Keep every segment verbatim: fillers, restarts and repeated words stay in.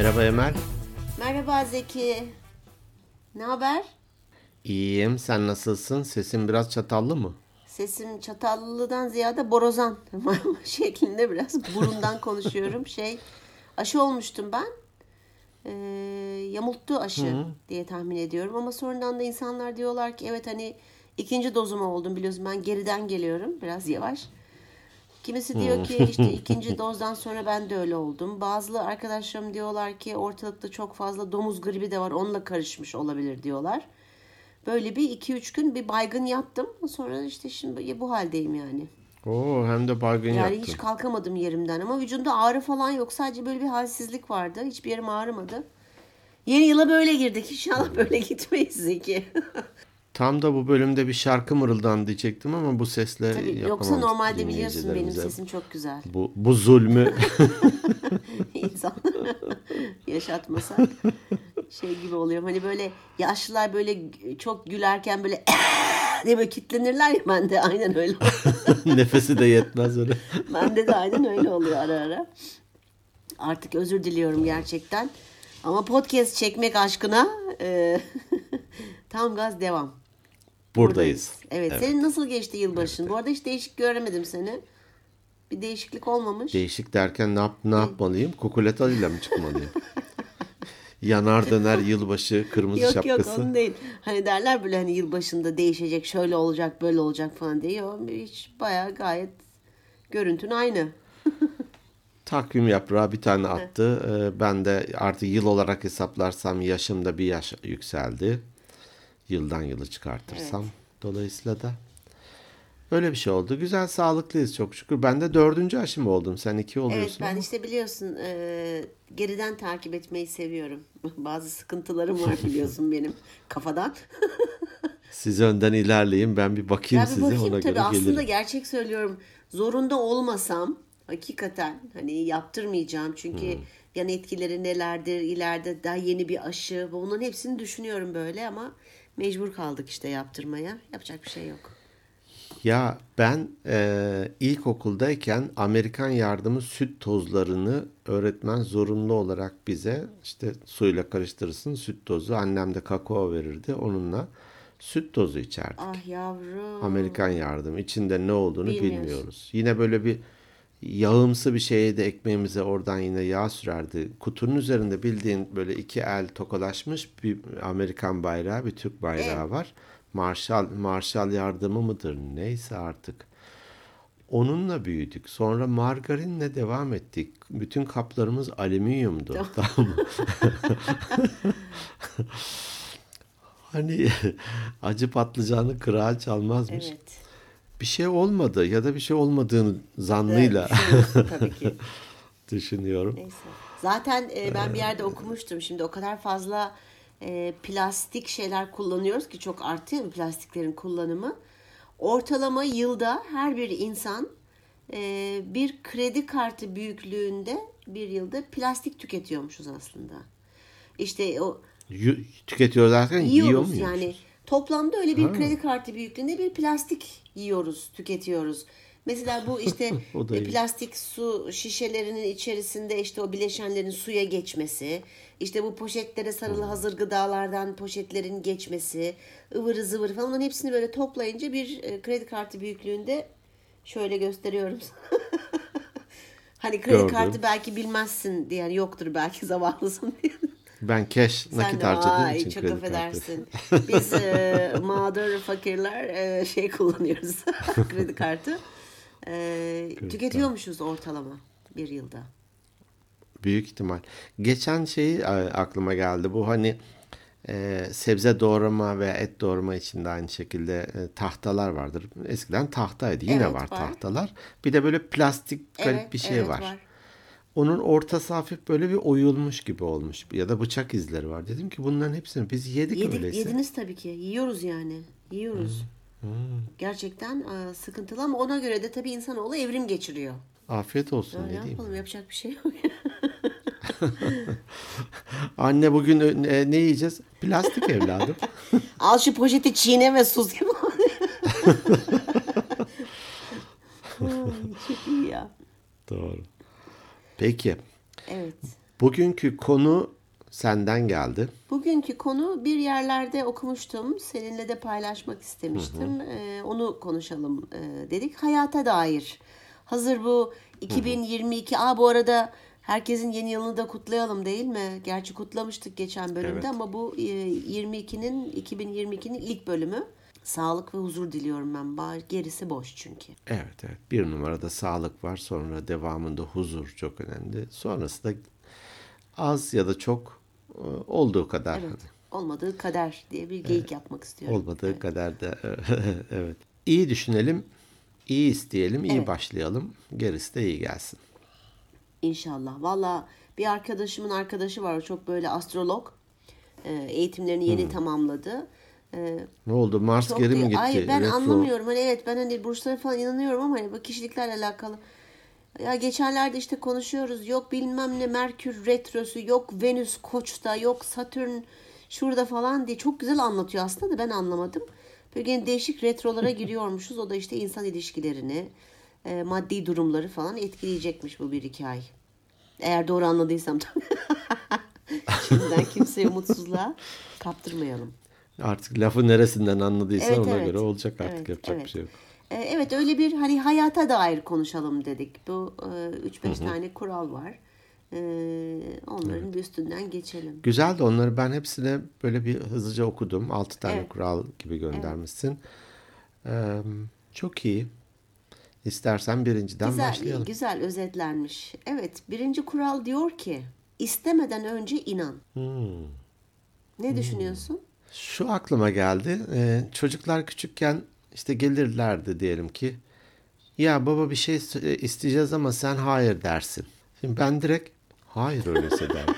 Merhaba Emel. Merhaba Zeki. Ne haber? İyiyim. Sen nasılsın? Sesin biraz çatallı mı? Sesim çatallılıdan ziyade borazan şeklinde biraz burundan konuşuyorum. Şey, aşı olmuştum ben. Ee, Yamulttu aşı Hı. diye tahmin ediyorum. Ama sonradan da insanlar diyorlar ki evet hani ikinci dozuma oldum biliyorsun ben geriden geliyorum biraz yavaş. Kimisi diyor Hı. ki işte ikinci dozdan sonra ben de öyle oldum. Bazı arkadaşlarım diyorlar ki ortalıkta çok fazla domuz gribi de var onunla karışmış olabilir diyorlar. Böyle bir iki üç gün bir baygın yattım. Sonra işte şimdi bu haldeyim yani. Oo, hem de baygın Yani hiç yattın. kalkamadım yerimden ama vücudumda ağrı falan yok. Sadece böyle bir halsizlik vardı. Hiçbir yerim ağrımadı. Yeni yıla böyle girdik. İnşallah böyle gitmeyiz Zeki. Tam da bu bölümde bir şarkı mırıldan diyecektim ama bu sesle Tabii yoksa yapamam normalde biliyorsun benim dinleyicilerimize. sesim çok güzel. Bu, bu zulmü İnsanlara yaşatmasak şey gibi oluyorum. Hani böyle yaşlılar böyle çok gülerken böyle diye böyle kitlenirler ya ben de aynen öyle. nefesi de yetmez öyle. Bende de aynen öyle oluyor ara ara. Artık özür diliyorum gerçekten. Ama podcast çekmek aşkına e, tam gaz devam. Buradayız. Buradayız. Evet. Evet. Senin nasıl geçti yılbaşın? Bu arada hiç değişik göremedim seni. Bir değişiklik olmamış. Değişik derken ne, yap, ne yapmalıyım? Kukuletalıyla mı çıkmalıyım? Yanar döner yılbaşı kırmızı Yok yok şapkası. onu değil. Hani derler böyle hani yılbaşında değişecek, şöyle olacak, böyle olacak falan diye. Yok, hiç bayağı gayet görüntün aynı. Takvim yaprağı bir tane attı. Ee, Ben de artık yıl olarak hesaplarsam yaşımda bir yaş yükseldi. Yıldan yılı Evet. çıkartırsam. Dolayısıyla da öyle bir şey oldu. Güzel, sağlıklıyız çok şükür. Ben de dördüncü aşım oldum. Sen iki Evet oluyorsun ben ama. işte biliyorsun e, geriden takip etmeyi seviyorum. Bazı sıkıntılarım var biliyorsun benim kafadan. Siz önden ilerleyin. Ben bir bakayım Ya bir size. bakayım Ona tabii göre aslında gelirim. gerçek söylüyorum. Zorunda olmasam hakikaten hani yaptırmayacağım. Çünkü yan etkileri nelerdir, ileride daha yeni bir aşı. Bunların hepsini düşünüyorum böyle ama mecbur kaldık işte yaptırmaya. Yapacak bir şey yok. Ya ben eee, ilkokuldayken Amerikan yardımı süt tozlarını öğretmen zorunlu olarak bize işte suyla karıştırırsın süt tozu. Annem de kakao verirdi. Onunla süt tozu Ah içerdik. Amerikan yavrum. yardımı. İçinde ne olduğunu Bilmiyorsun. bilmiyoruz. Yine böyle bir yağımsı bir şeye de ekmeğimize oradan yine yağ sürerdi. Kutunun üzerinde bildiğin böyle iki el tokalaşmış bir Amerikan bayrağı, bir Türk E bayrağı var. Marshall, Marshall yardımı mıdır neyse artık. Onunla büyüdük. Sonra margarinle devam ettik. Bütün kaplarımız alüminyumdu. tamam. Tamam mı? Hani acı patlıcanı kırağı çalmazmış. Evet. Bir şey olmadı ya da bir şey olmadığını De zannıyla düşünüyorsun tabii ki. düşünüyorum. Neyse. Zaten e, ben bir yerde okumuştum. Şimdi o kadar fazla e, plastik şeyler kullanıyoruz ki çok artıyor plastiklerin kullanımı. Ortalama yılda her bir insan e, bir kredi kartı büyüklüğünde bir yılda plastik tüketiyormuşuz aslında. İşte o Yu- tüketiyor derken yiyor yiyoruz yani muymuşuz? toplamda öyle bir Ha, kredi kartı büyüklüğünde bir plastik yiyoruz, tüketiyoruz. Mesela bu işte o da e, iyi. plastik su şişelerinin içerisinde işte o bileşenlerin suya geçmesi, işte bu poşetlere sarılı hazır gıdalardan poşetlerin geçmesi, ıvırı zıvırı falan onların hepsini böyle toplayınca bir e, kredi kartı büyüklüğünde şöyle gösteriyorum sana. Hani kredi Gördüm. kartı belki bilmezsin diye yani yoktur belki zavallısın diye. Ben cash Sen nakit de harcadığım vay için çok kredi kartı. affedersin. Biz e, mağdur fakirler e, şey kullanıyoruz kredi kartı. E, Kredi kartı. tüketiyormuşuz ortalama bir yılda. Büyük ihtimal. Geçen şey e, aklıma geldi. Bu hani e, sebze doğrama ve et doğrama için de aynı şekilde e, tahtalar vardır. Eskiden tahtaydı. Yine Evet var var. tahtalar. Bir de böyle plastik Evet garip bir şey evet var. var. Onun ortası hafif böyle bir oyulmuş gibi olmuş. Ya da bıçak izleri var. Dedim ki bunların hepsini biz yedik Yedik öyleyse. yediniz tabii ki. Yiyoruz yani. Yiyoruz. Gerçekten e, sıkıntılı ama ona göre de tabii insanoğlu evrim geçiriyor. Afiyet Ya olsun ne ne diyeyim. yapalım yapacak bir şey yok. Anne bugün e, ne yiyeceğiz? Plastik evladım. Al şu poşeti çiğne ve sus gibi. Ay, çok iyi ya. Doğru. Peki. Evet. Bugünkü konu senden geldi. Bugünkü konu bir yerlerde okumuştum. Seninle de paylaşmak istemiştim. Ee, onu konuşalım e, dedik. Hayata dair. Hazır bu iki bin yirmi iki. Aa, bu arada herkesin yeni yılını da kutlayalım değil mi? Gerçi kutlamıştık geçen bölümde Evet. ama bu e, yirmi ikinin iki bin yirmi ikinin ilk bölümü. Sağlık ve huzur diliyorum ben. Ba- Gerisi boş çünkü. Evet, evet. Bir numarada sağlık var. Sonra devamında huzur çok önemli. Sonrası da az ya da çok e, olduğu kadar. Evet. Hani Olmadığı kader diye bir geyik yapmak istiyorum. olmadığı Evet. kadar da evet. İyi düşünelim, iyi isteyelim, iyi Evet. başlayalım. Gerisi de iyi gelsin. İnşallah. Valla bir arkadaşımın arkadaşı var. O çok böyle astrolog. Ee, Eğitimlerini yeni tamamladı. Ee, Ne oldu? Mars Çok geri mi değil. Ay gitti? ben Retro. anlamıyorum. Hani evet ben hani burçlara falan inanıyorum ama hani bu kişiliklerle alakalı. Ya geçenlerde işte konuşuyoruz. Yok bilmem ne Merkür retrosu, yok Venüs Koç'ta, yok Satürn şurada falan diye çok güzel anlatıyor aslında da ben anlamadım. Böyle gene değişik retrolara giriyormuşuz. O da işte insan ilişkilerini, e, maddi durumları falan etkileyecekmiş bu bir iki ay. Eğer doğru anladıysam tabii. Şimdiden kimseyi umutsuzluğa kaptırmayalım. Artık lafı neresinden anladıysa Evet ona evet. göre olacak artık. Evet Yapacak bir evet. şey yok. Ee, Evet öyle bir hani hayata dair konuşalım dedik. Bu üç beş tane kural var. Ee, onların bir üstünden geçelim. Güzel de onları ben hepsine böyle bir hızlıca okudum. Altı tane Evet, kural gibi evet. göndermişsin. Ee, Çok iyi. İstersen birinciden Güzel, başlayalım. güzel özetlenmiş. Evet, birinci kural diyor ki istemeden önce inan. Hmm. Ne düşünüyorsun? Şu aklıma geldi. Ee, çocuklar küçükken işte gelirlerdi diyelim ki. Ya baba bir şey s- isteyeceğiz ama sen hayır dersin. Şimdi ben direkt hayır öyleyse derim.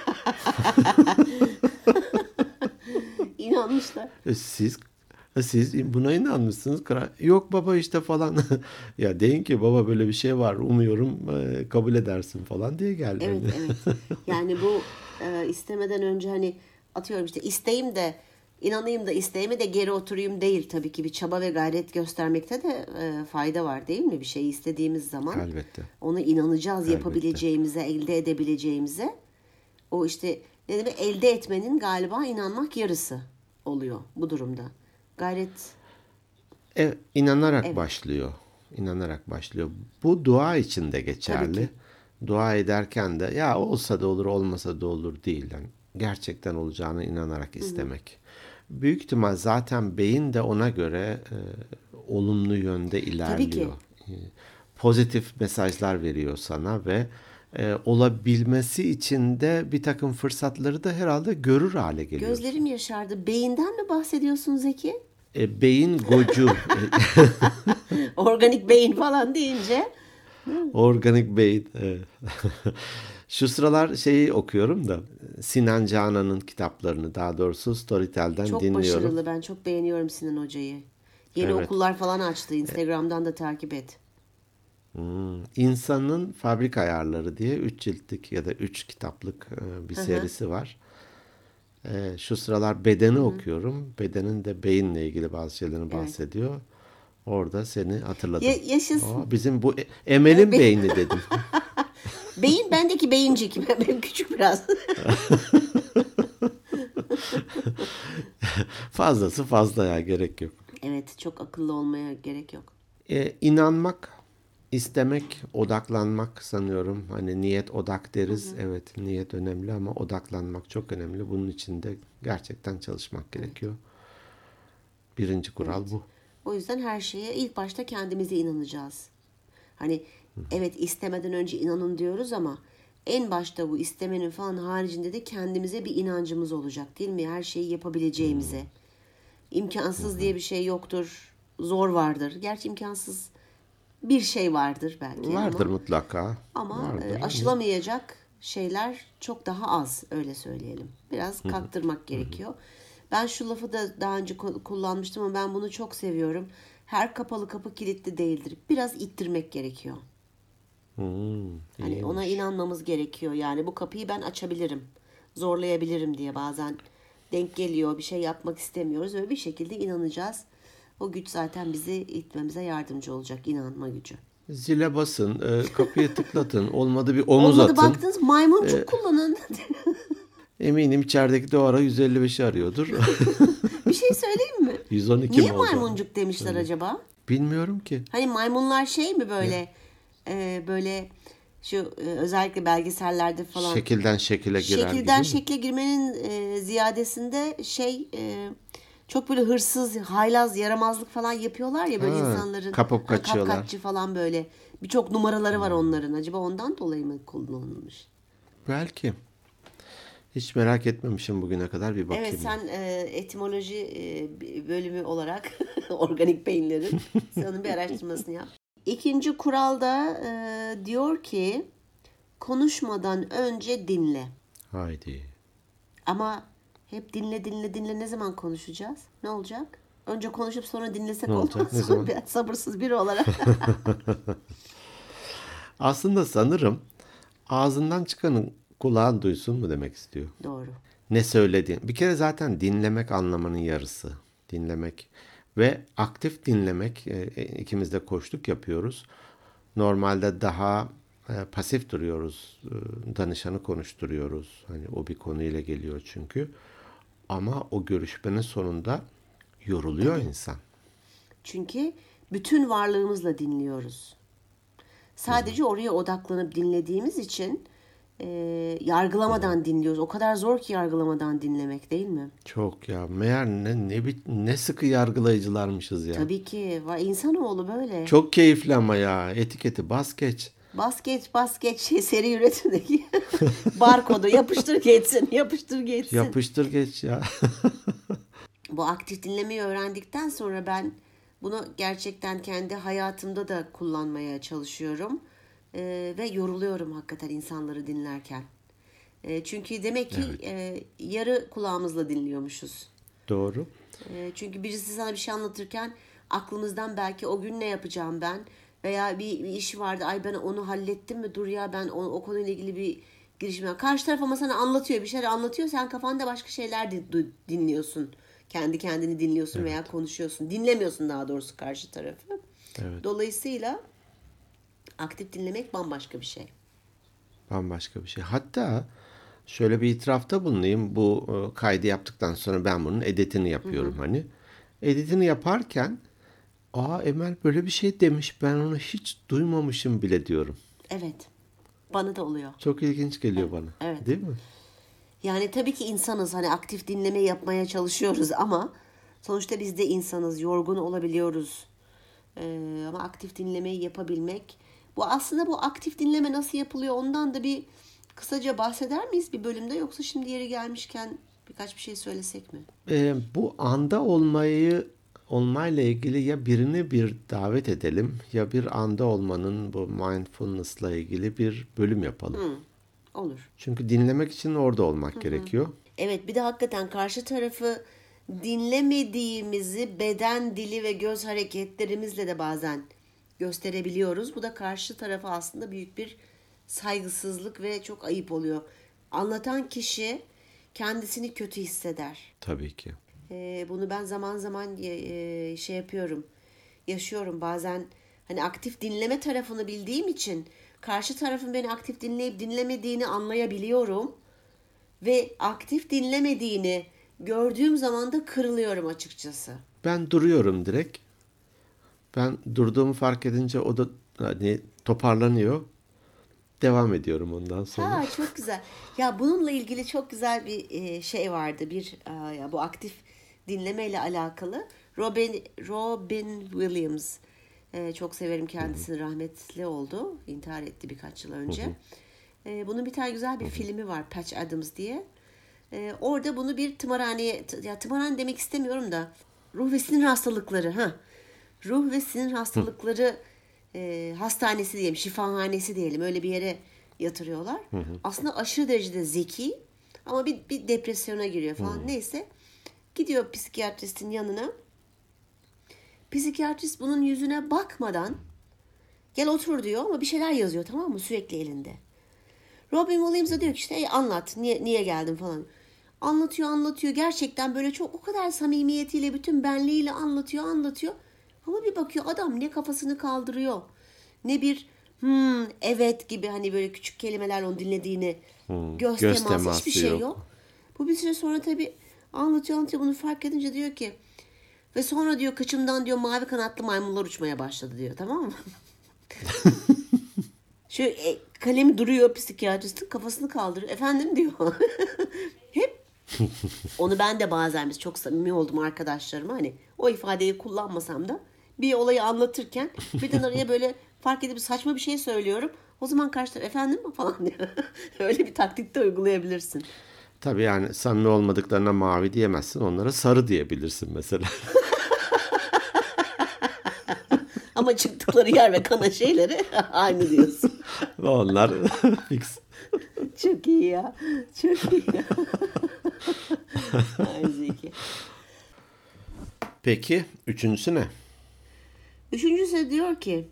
İnanmışlar. E, Siz e, siz buna inanmışsınız. Kra- Yok baba işte falan. Ya deyin ki baba böyle bir şey var. Umuyorum e, kabul edersin falan diye Evet, gelmeli. evet. Yani bu e, istemeden önce hani atıyorum işte isteyim de inanayım da isteyime de geri oturayım değil tabii ki bir çaba ve gayret göstermekte de e, fayda var değil mi? Bir şeyi istediğimiz zaman Elbette. ona inanacağız Elbette. yapabileceğimize, elde edebileceğimize. O işte ne demek elde etmenin galiba inanmak yarısı oluyor bu durumda. Gayret E, inanarak evet başlıyor. İnanarak başlıyor. Bu dua için de tabii ki. geçerli. Dua ederken de ya olsa da olur olmasa da olur değil. Yani gerçekten olacağına inanarak istemek. Büyük ihtimal zaten beyin de ona göre e, olumlu yönde Tabii ki. ilerliyor. E, Pozitif mesajlar veriyor sana ve e, olabilmesi için de bir takım fırsatları da herhalde görür hale geliyorsun. Gözlerim yaşardı. Beyinden mi bahsediyorsun Zeki? E, beyin gocu. Organik beyin falan deyince. Organik beyin. Evet. Şu sıralar şeyi okuyorum da Sinan Canan'ın kitaplarını daha doğrusu Storytel'den Çok dinliyorum. başarılı. Ben çok beğeniyorum Sinan Hoca'yı. Yeni Evet. okullar falan açtı. Instagram'dan da takip et. Hmm. İnsanın Fabrika Ayarları diye üç ciltlik ya da üç kitaplık e, bir Hı hı. serisi var. E, Şu sıralar bedeni okuyorum. Bedenin de beyinle ilgili bazı şeylerini Evet. bahsediyor. Orada seni Ya, hatırladım. yaşasın. Aa, bizim bu E- Evet, Emel'in be- beyni dedim. beyin bendeki beyincik. Benim küçük biraz. Fazlası fazla ya gerek yok. Evet, çok akıllı olmaya gerek yok. E, inanmak, istemek, odaklanmak sanıyorum. Hani niyet odak deriz. Evet, niyet önemli ama odaklanmak çok önemli. Bunun için de gerçekten çalışmak gerekiyor. Birinci kural Evet. bu. O yüzden her şeye ilk başta kendimize inanacağız. Hani evet istemeden önce inanın diyoruz ama en başta bu istemenin falan haricinde de kendimize bir inancımız olacak değil mi? Her şeyi yapabileceğimize. İmkansız diye bir şey yoktur. Zor vardır. Gerçi imkansız bir şey vardır belki Vardır ama mutlaka. ama e, Vardır. aşılamayacak şeyler çok daha az öyle söyleyelim. Biraz kaktırmak gerekiyor. Ben şu lafı da daha önce ku- kullanmıştım ama ben bunu çok seviyorum. Her kapalı kapı kilitli değildir. Biraz ittirmek gerekiyor. Hmm, Hani ona iyiymiş. inanmamız gerekiyor. Yani bu kapıyı ben açabilirim. Zorlayabilirim diye bazen denk geliyor. Bir şey yapmak istemiyoruz ve bir şekilde inanacağız. O güç zaten bizi itmemize yardımcı olacak. İnanma gücü. Zile basın, e, kapıyı tıklatın, olmadı bir omuz Olmadı atın. baktınız maymuncuk kullanın. Eminim içerideki de o ara yüz elli beşi arıyordur. Bir şey söyleyeyim mi? yüz on iki Niye mi oldu? maymuncuk demişler acaba? Bilmiyorum ki. Hani maymunlar şey mi böyle e, böyle şu e, özellikle belgesellerde falan Şekilden şekile girer şekilden gibi mi? şekle girmenin e, ziyadesinde şey e, çok böyle hırsız, haylaz, yaramazlık falan yapıyorlar ya böyle Ha, insanların kapıp ha, kaçıyorlar. kapkaççı falan böyle. Birçok numaraları var onların. Acaba ondan dolayı mı kullanılmış? Belki. Hiç merak etmemişim bugüne kadar, bir Evet bakayım. sen e, etimoloji e, bölümü olarak organik beyinlerin sen onun bir araştırmasını yap. İkinci kuralda e, diyor ki konuşmadan önce dinle. Haydi. Ama hep dinle dinle dinle ne zaman konuşacağız? Ne olacak? Önce konuşup sonra dinlesek Ne olacak? olmaz Ne mı? zaman? Biraz sabırsız biri olarak. Aslında sanırım ağzından çıkanın kulağın duysun mu demek istiyor. Doğru. Ne söylediğin. Bir kere zaten dinlemek anlamanın yarısı. Dinlemek ve aktif dinlemek. e, e, ikimiz de koçluk yapıyoruz. Normalde daha e, pasif duruyoruz. E, danışanı konuşturuyoruz. Hani o bir konuyla geliyor çünkü. Ama o görüşmenin sonunda yoruluyor insan. Çünkü bütün varlığımızla dinliyoruz. Sadece oraya odaklanıp dinlediğimiz için e, yargılamadan dinliyoruz. O kadar zor ki yargılamadan dinlemek değil mi? Çok ya. Meğer ne ne, bi- ne sıkı yargılayıcılarmışız ya. Tabii ki. Va- İnsanoğlu böyle. Çok keyifli ama ya. Etiketi bas geç. Basket basket şey seri üretimdeki barkodu yapıştır geçsin, yapıştır geçsin. Yapıştır geç ya. Bu aktif dinlemeyi öğrendikten sonra ben bunu gerçekten kendi hayatımda da kullanmaya çalışıyorum. Ee, ve yoruluyorum hakikaten insanları dinlerken. Ee, çünkü demek ki Evet. e, yarı kulağımızla dinliyormuşuz. Doğru. Ee, çünkü birisi sana bir şey anlatırken aklımızdan belki o gün ne yapacağım ben veya bir, bir iş vardı, ay ben onu hallettim mi, dur ya ben o, o konuyla ilgili bir girişim. Karşı taraf ama sana anlatıyor, bir şeyler anlatıyor, sen kafanda başka şeyler di- du- dinliyorsun. Kendi kendini dinliyorsun veya konuşuyorsun. Dinlemiyorsun daha doğrusu karşı tarafı. Evet. Dolayısıyla aktif dinlemek bambaşka bir şey. Bambaşka bir şey. Hatta şöyle bir itirafta bulunayım. Bu e, kaydı yaptıktan sonra ben bunun editini yapıyorum hani. Editini yaparken, aa Emel böyle bir şey demiş, ben onu hiç duymamışım bile diyorum. Evet. Bana da oluyor. Çok ilginç geliyor bana. Evet. Değil mi? Yani tabii ki insanız, hani aktif dinleme yapmaya çalışıyoruz ama sonuçta biz de insanız, yorgun olabiliyoruz. Ee, ama aktif dinlemeyi yapabilmek, bu aslında bu aktif dinleme nasıl yapılıyor ondan da bir kısaca bahseder miyiz bir bölümde, yoksa şimdi yeri gelmişken birkaç bir şey söylesek mi? E, bu anda olmayı olmayla ilgili ya birini bir davet edelim ya bir anda olmanın bu mindfulness'la ilgili bir bölüm yapalım. Hı, olur. Çünkü dinlemek için orada olmak gerekiyor. Evet, bir de hakikaten karşı tarafı dinlemediğimizi beden dili ve göz hareketlerimizle de bazen gösterebiliyoruz. Bu da karşı tarafa aslında büyük bir saygısızlık ve çok ayıp oluyor. Anlatan kişi kendisini kötü hisseder. Tabii ki. Ee, bunu ben zaman zaman e, şey yapıyorum, yaşıyorum bazen. Hani aktif dinleme tarafını bildiğim için karşı tarafın beni aktif dinleyip dinlemediğini anlayabiliyorum. Ve aktif dinlemediğini gördüğüm zaman da kırılıyorum açıkçası. Ben duruyorum direkt. Ben durduğumu fark edince o da hani toparlanıyor. Devam ediyorum ondan sonra. Ha, çok güzel. Ya bununla ilgili çok güzel bir e, şey vardı. Bir e, ya bu aktif dinlemeyle alakalı. Robin Robin Williams. E, çok severim kendisini, rahmetli oldu. İntihar etti birkaç yıl önce. E, bunun bir tane güzel bir filmi var, Patch Adams diye. E, orada bunu bir tımarhaneye, t- ya tımarhane demek istemiyorum da ruh ve sinir hastalıkları ha. Ruh ve sinir hastalıkları e, hastanesi diyelim, şifahanesi diyelim, öyle bir yere yatırıyorlar. Aslında aşırı derecede zeki ama bir, bir depresyona giriyor falan. Neyse, gidiyor psikiyatristin yanına. Psikiyatrist bunun yüzüne bakmadan gel otur diyor ama bir şeyler yazıyor, tamam mı, sürekli elinde. Robin Williams da diyor ki işte "Ey, anlat niye, niye geldin falan. Anlatıyor anlatıyor gerçekten böyle çok, o kadar samimiyetiyle, bütün benliğiyle anlatıyor anlatıyor. Ama bir bakıyor adam ne kafasını kaldırıyor, ne bir hmm, evet gibi hani böyle küçük kelimelerle onu dinlediğini, göz, göz teması, teması hiçbir şey yok. yok. Bu bir süre sonra tabii anlatıyor anlatıyor bunu fark edince diyor ki ve sonra diyor kıçımdan diyor mavi kanatlı maymunlar uçmaya başladı diyor, tamam mı? Şu e, kalemi duruyor, psikiyatristin kafasını kaldırıyor. Efendim diyor. Hep onu ben de bazen biz çok samimi oldum arkadaşlarıma hani o ifadeyi kullanmasam da bir olayı anlatırken birden araya böyle fark edip saçma bir şey söylüyorum. O zaman karşı taraf efendim mi falan diyor. Öyle bir taktik de uygulayabilirsin. Tabii yani samimi olmadıklarına mavi diyemezsin. Onlara sarı diyebilirsin mesela. Ama çıktıkları yer ve kana şeyleri aynı diyorsun. Onlar fix. Çok iyi ya. Çok iyi ya. Ay Zeki. Peki üçüncüsü ne? Üçüncüsü diyor ki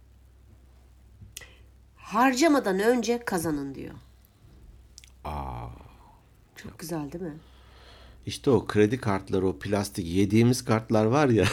harcamadan önce kazanın diyor. Aa, Çok güzel değil mi? işte o kredi kartları, o plastik yediğimiz kartlar var ya.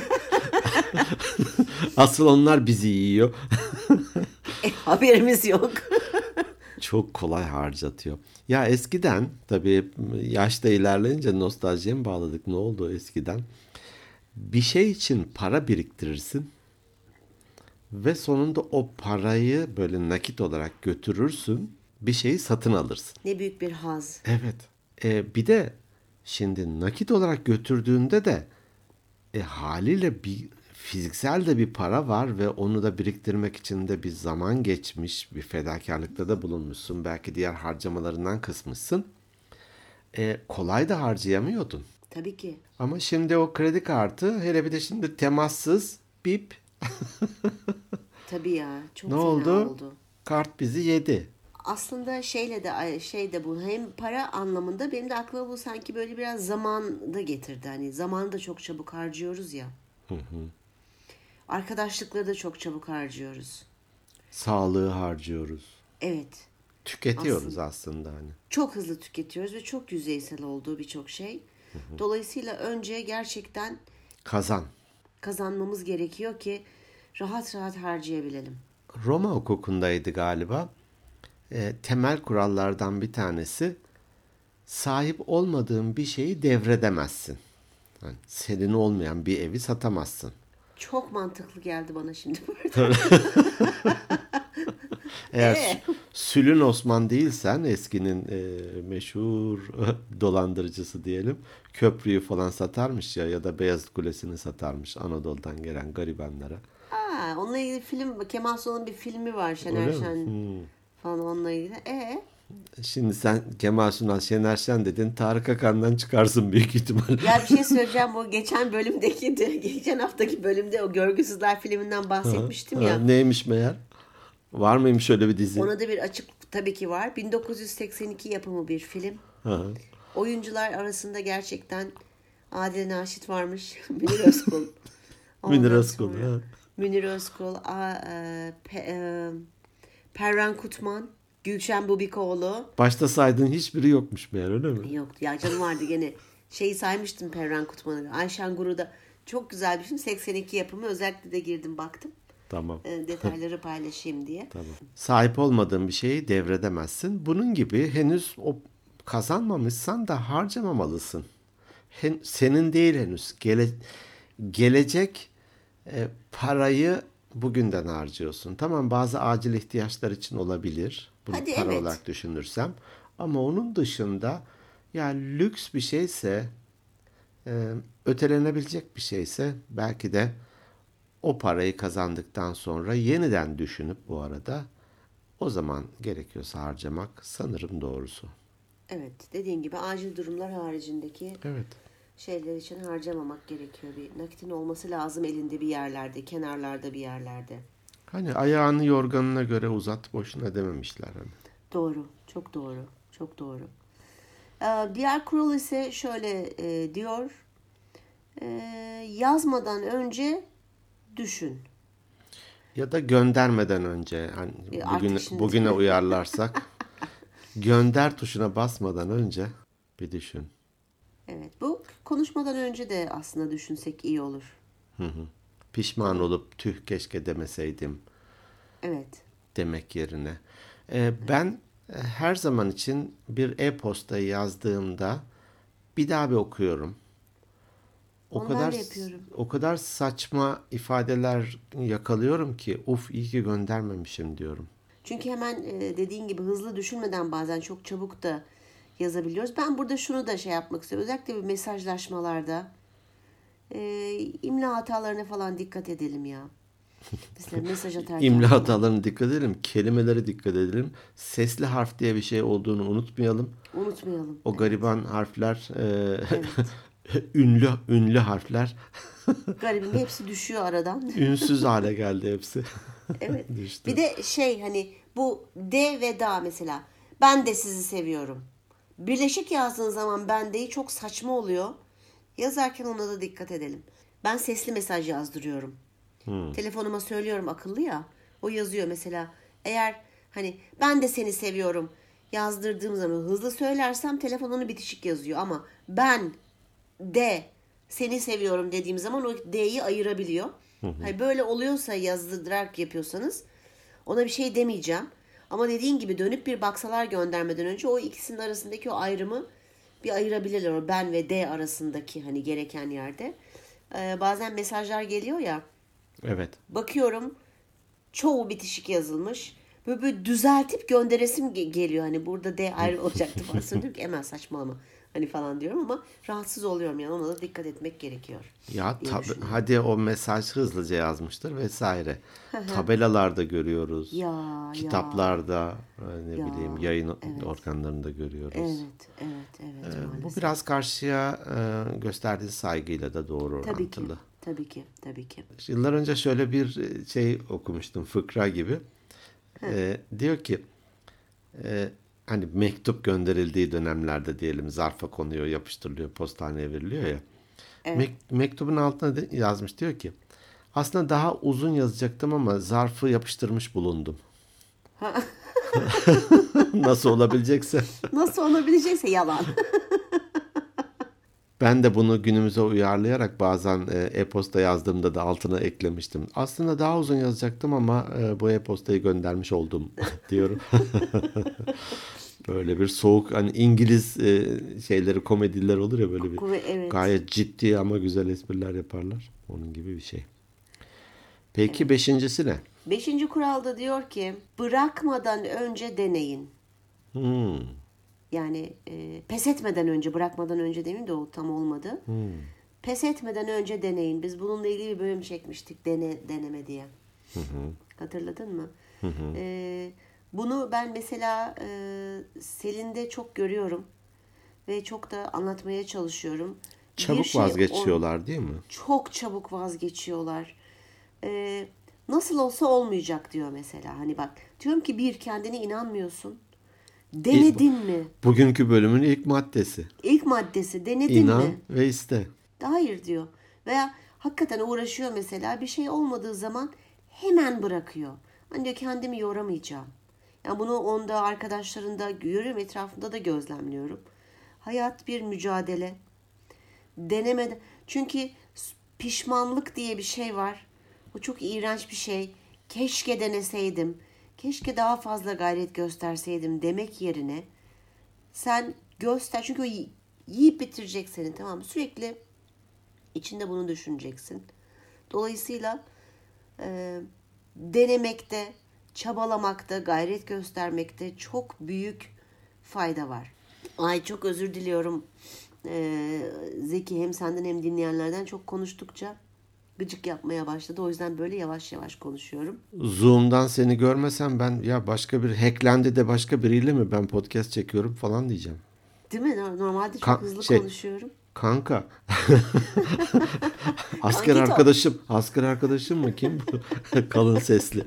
Asıl onlar bizi yiyor. E, haberimiz yok. Çok kolay harcatıyor. Ya eskiden tabii yaşta ilerleyince nostaljiye mi bağladık? Ne oldu eskiden? Bir şey için para biriktirirsin ve sonunda o parayı böyle nakit olarak götürürsün. Bir şeyi satın alırsın. Ne büyük bir haz. Evet. E, bir de şimdi nakit olarak götürdüğünde de e, haliyle bir fiziksel de bir para var ve onu da biriktirmek için de bir zaman geçmiş, bir fedakarlıkta da bulunmuşsun. Belki diğer harcamalarından kısmışsın. E, kolay da harcayamıyordun. Tabii ki. Ama şimdi o kredi kartı hele bir de şimdi temassız bip Tabii ya. Çok ne fena oldu? oldu. Kart bizi yedi. Aslında şeyle de şey de bu hem para anlamında benim de aklıma bu sanki böyle biraz zaman da getirdi. Hani zamanı da çok çabuk harcıyoruz ya. Arkadaşlıkları da çok çabuk harcıyoruz. Sağlığı harcıyoruz. Evet. Tüketiyoruz aslında hani. Çok hızlı tüketiyoruz ve çok yüzeysel olduğu birçok şey. Dolayısıyla önce gerçekten Kazan. kazanmamız gerekiyor ki rahat rahat harcayabilelim. Roma hukukundaydı galiba. E, temel kurallardan bir tanesi sahip olmadığın bir şeyi devredemezsin. Yani senin olmayan bir evi satamazsın. Çok mantıklı geldi bana şimdi burada. Eğer Ee? Sülün Osman değilsen eskinin e, meşhur dolandırıcısı diyelim köprüyü falan satarmış ya ya da Beyazıt Kulesi'ni satarmış Anadolu'dan gelen garibanlara. Aa, onunla ilgili film, Kemal Sunal'ın bir filmi var Şener Öyle mi? Şen Hmm. falan onunla ilgili. E Şimdi sen Kemal Sunal, Şener Şen dedin Tarık Akan'dan çıkarsın büyük ihtimal. ya bir şey söyleyeceğim, bu geçen bölümdeki de, geçen haftaki bölümde o Görgüsüzler filminden bahsetmiştim Ha, ya. neymiş meğer? Var mıymış öyle bir dizi? Ona da bir açık tabii ki var. bin dokuz yüz seksen iki yapımı bir film. Ha. Oyuncular arasında gerçekten Adile Naşit varmış. Münir Özkul. Münir Ondan Özkul, sonra ha. Münir Özkul, a, e, Pe- e, Perran Kutman, Gülşen Bubikoğlu. Başta saydığın hiçbiri yokmuş meğer öyle mi? Yoktu ya, canım vardı gene. Şeyi saymıştım, Perran Kutman'ı. Ayşen Guru'da çok güzel bir film. seksen iki yapımı. Özellikle de girdim baktım. Tamam. E, detayları paylaşayım diye. Tamam. Sahip olmadığın bir şeyi devredemezsin. Bunun gibi henüz o kazanmamışsan da harcamamalısın. Hen- senin değil henüz. Gele- gelecek e, parayı bugünden harcıyorsun. Tamam, bazı acil ihtiyaçlar için olabilir. Bunu Hadi, para evet. olarak düşünürsem. Ama onun dışında ya lüks bir şeyse e, ötelenebilecek bir şeyse belki de o parayı kazandıktan sonra yeniden düşünüp bu arada o zaman gerekiyorsa harcamak sanırım doğrusu. Evet, dediğin gibi acil durumlar haricindeki Evet. şeyler için harcamamak gerekiyor. Bir nakitin olması lazım elinde bir yerlerde, kenarlarda bir yerlerde. Hani ayağını yorganına göre uzat boşuna dememişler hani. Doğru, çok doğru, çok doğru. Ee, diğer kural ise şöyle e, diyor, e, yazmadan önce düşün. Ya da göndermeden önce hani E, artık bugün şimdi- bugüne uyarlarsak gönder tuşuna basmadan önce bir düşün. Evet, bu konuşmadan önce de aslında düşünsek iyi olur. Pişman olup tüh keşke demeseydim. Evet. demek yerine. Ee, ben e, her zaman için bir e-postayı yazdığımda bir daha bir okuyorum. O Onu ben kadar de yapıyorum. o kadar saçma ifadeler yakalıyorum ki uf iyi ki göndermemişim diyorum. Çünkü hemen e, dediğin gibi hızlı düşünmeden bazen çok çabuk da yazabiliyoruz. Ben burada şunu da şey yapmak istiyorum. Özellikle bir mesajlaşmalarda e, imla hatalarına falan dikkat edelim ya. Mesela mesaj atarken İmla falan. hatalarına dikkat edelim, kelimelere dikkat edelim. Sesli harf diye bir şey olduğunu unutmayalım. Unutmayalım. O Evet. gariban harfler, Evet. e, ünlü ünlü harfler, Garibim hepsi düşüyor aradan. ünsüz hale geldi hepsi. Evet. Bir Düştü. de şey hani bu de ve da mesela. Ben de sizi seviyorum. Birleşik yazdığın zaman ben de'yi çok saçma oluyor. Yazarken ona da dikkat edelim. Ben sesli mesaj yazdırıyorum. Telefonuma söylüyorum akıllı ya. O yazıyor mesela. Eğer hani ben de seni seviyorum yazdırdığım zaman hızlı söylersem telefon onu bitişik yazıyor. Ama ben de seni seviyorum dediğim zaman o D'yi ayırabiliyor. Hani böyle oluyorsa yazdırarak yapıyorsanız ona bir şey demeyeceğim. Ama dediğin gibi dönüp bir baksalar göndermeden önce o ikisinin arasındaki o ayrımı bir ayırabilirler. O ben ve D arasındaki hani gereken yerde. Ee, bazen mesajlar geliyor ya. Evet. Bakıyorum çoğu bitişik yazılmış. Böyle, böyle düzeltip gönderesim ge- geliyor. Hani burada D ayrı olacaktı falan. Sonra diyorum ki hemen saçmalama. Hani falan diyorum ama rahatsız oluyorum yani. Ona da dikkat etmek gerekiyor Ya diye tabii düşünüyorum. hadi o mesaj hızlıca yazmıştır vesaire. Tabelalarda görüyoruz. Ya ya Kitaplarda e, ne ya bileyim yayın evet organlarında görüyoruz. evet evet evet E, Bu maalesef. biraz karşıya e, gösterdiği saygıyla da doğru Tabii ki orantılı. tabii ki tabii ki. Yıllar önce şöyle bir e, şey okumuştum fıkra gibi. E, diyor ki e, hani mektup gönderildiği dönemlerde diyelim zarfa konuyor, yapıştırılıyor, postaneye veriliyor ya. Evet. Mek- mektubun altına de- yazmış diyor ki aslında daha uzun yazacaktım ama zarfı yapıştırmış bulundum. Nasıl olabilecekse. Nasıl olabilecekse yalan. Ben de bunu günümüze uyarlayarak bazen e, e-posta yazdığımda da altına eklemiştim. Aslında daha uzun yazacaktım ama e, bu e-postayı göndermiş oldum diyorum. Böyle bir soğuk hani İngiliz e, şeyleri komediler olur ya böyle bir Kuvve- Evet. gayet ciddi ama güzel espriler yaparlar. Onun gibi bir şey. Peki Evet. beşincisi ne? Beşinci kuralda diyor ki bırakmadan önce deneyin. Hmm, Yani e, pes etmeden önce, bırakmadan önce demeyeyim de o tam olmadı. Pes etmeden önce deneyin. Biz bununla ilgili bir bölüm çekmiştik dene, deneme diye. Hatırladın mı? E, bunu ben mesela e, Selin'de çok görüyorum ve çok da anlatmaya çalışıyorum. Bir çabuk şey on, vazgeçiyorlar değil mi? çok çabuk vazgeçiyorlar. E, nasıl olsa olmayacak diyor mesela. Hani bak diyorum ki bir kendine inanmıyorsun. İlk, Denedin mi? bugünkü bölümün ilk maddesi. İlk maddesi denedin İnan mi? ve iste. Hayır diyor. Veya hakikaten uğraşıyor mesela bir şey olmadığı zaman hemen bırakıyor. Hani diyor kendimi yoramayacağım. Yani bunu onda arkadaşlarında görüyorum etrafında da gözlemliyorum. Hayat bir mücadele. Denemeden. Çünkü pişmanlık diye bir şey var. Bu çok iğrenç bir şey. Keşke deneseydim. Keşke daha fazla gayret gösterseydim demek yerine sen göster. Çünkü o yiyip bitirecek seni, tamam mı? Sürekli içinde bunu düşüneceksin. Dolayısıyla e, denemekte, çabalamakta, gayret göstermekte çok büyük fayda var. Ay çok özür diliyorum e, Zeki, hem senden hem dinleyenlerden çok konuştukça gıcık yapmaya başladı. O yüzden böyle yavaş yavaş konuşuyorum. Zoom'dan seni görmesem ben ya başka bir hacklendi de başka biriyle mi ben podcast çekiyorum falan diyeceğim. Değil mi? Normalde çok Ka- hızlı şey konuşuyorum. kanka asker Kankito. arkadaşım asker arkadaşım mı kim bu kalın sesli.